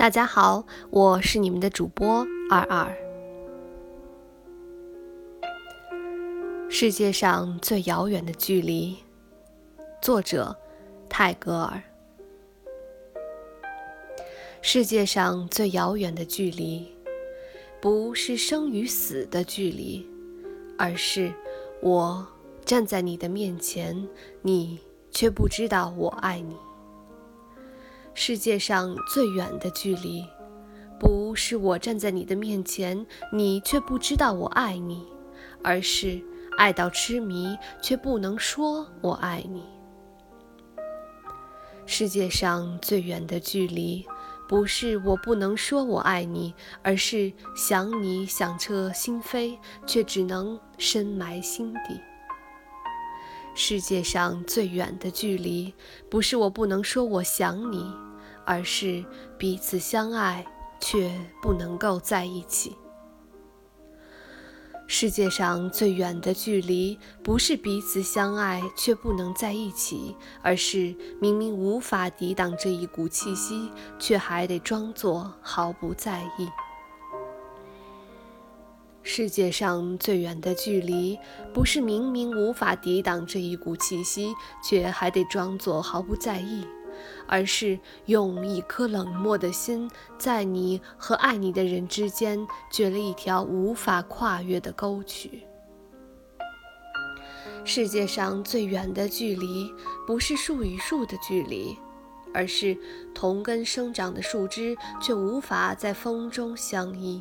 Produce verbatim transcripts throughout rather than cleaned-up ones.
大家好，我是你们的主播二二。世界上最遥远的距离，作者泰戈尔。世界上最遥远的距离，不是生与死的距离，而是我站在你的面前，你却不知道我爱你。世界上最远的距离，不是我站在你的面前，你却不知道我爱你，而是爱到痴迷，却不能说我爱你。世界上最远的距离，不是我不能说我爱你，而是想你想彻心扉，却只能深埋心底。世界上最远的距离，不是我不能说我想你，而是彼此相爱，却不能够在一起。世界上最远的距离，不是彼此相爱却不能在一起，而是明明无法抵挡这一股气息，却还得装作毫不在意。世界上最远的距离，不是明明无法抵挡这一股气息，却还得装作毫不在意，而是用一颗冷漠的心，在你和爱你的人之间掘了一条无法跨越的沟渠。世界上最远的距离，不是树与树的距离，而是同根生长的树枝却无法在风中相依。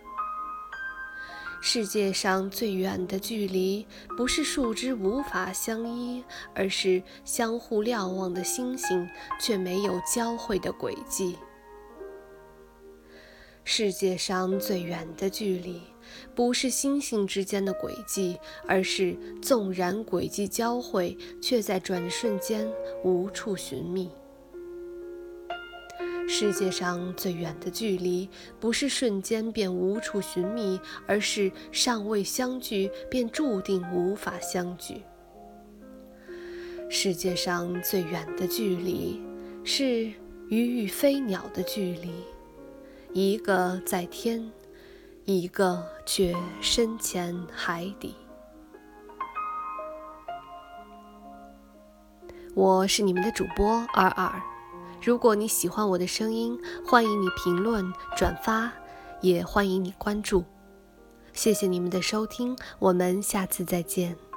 世界上最远的距离，不是树枝无法相依，而是相互瞭望的星星却没有交汇的轨迹。世界上最远的距离，不是星星之间的轨迹，而是纵然轨迹交汇，却在转瞬间无处寻觅。世界上最远的距离，不是瞬间便无处寻觅，而是尚未相聚便注定无法相聚。世界上最远的距离，是鱼与飞鸟的距离，一个在天，一个却深潜海底。我是你们的主播二二。如果你喜欢我的声音，欢迎你评论、转发，也欢迎你关注。谢谢你们的收听，我们下次再见。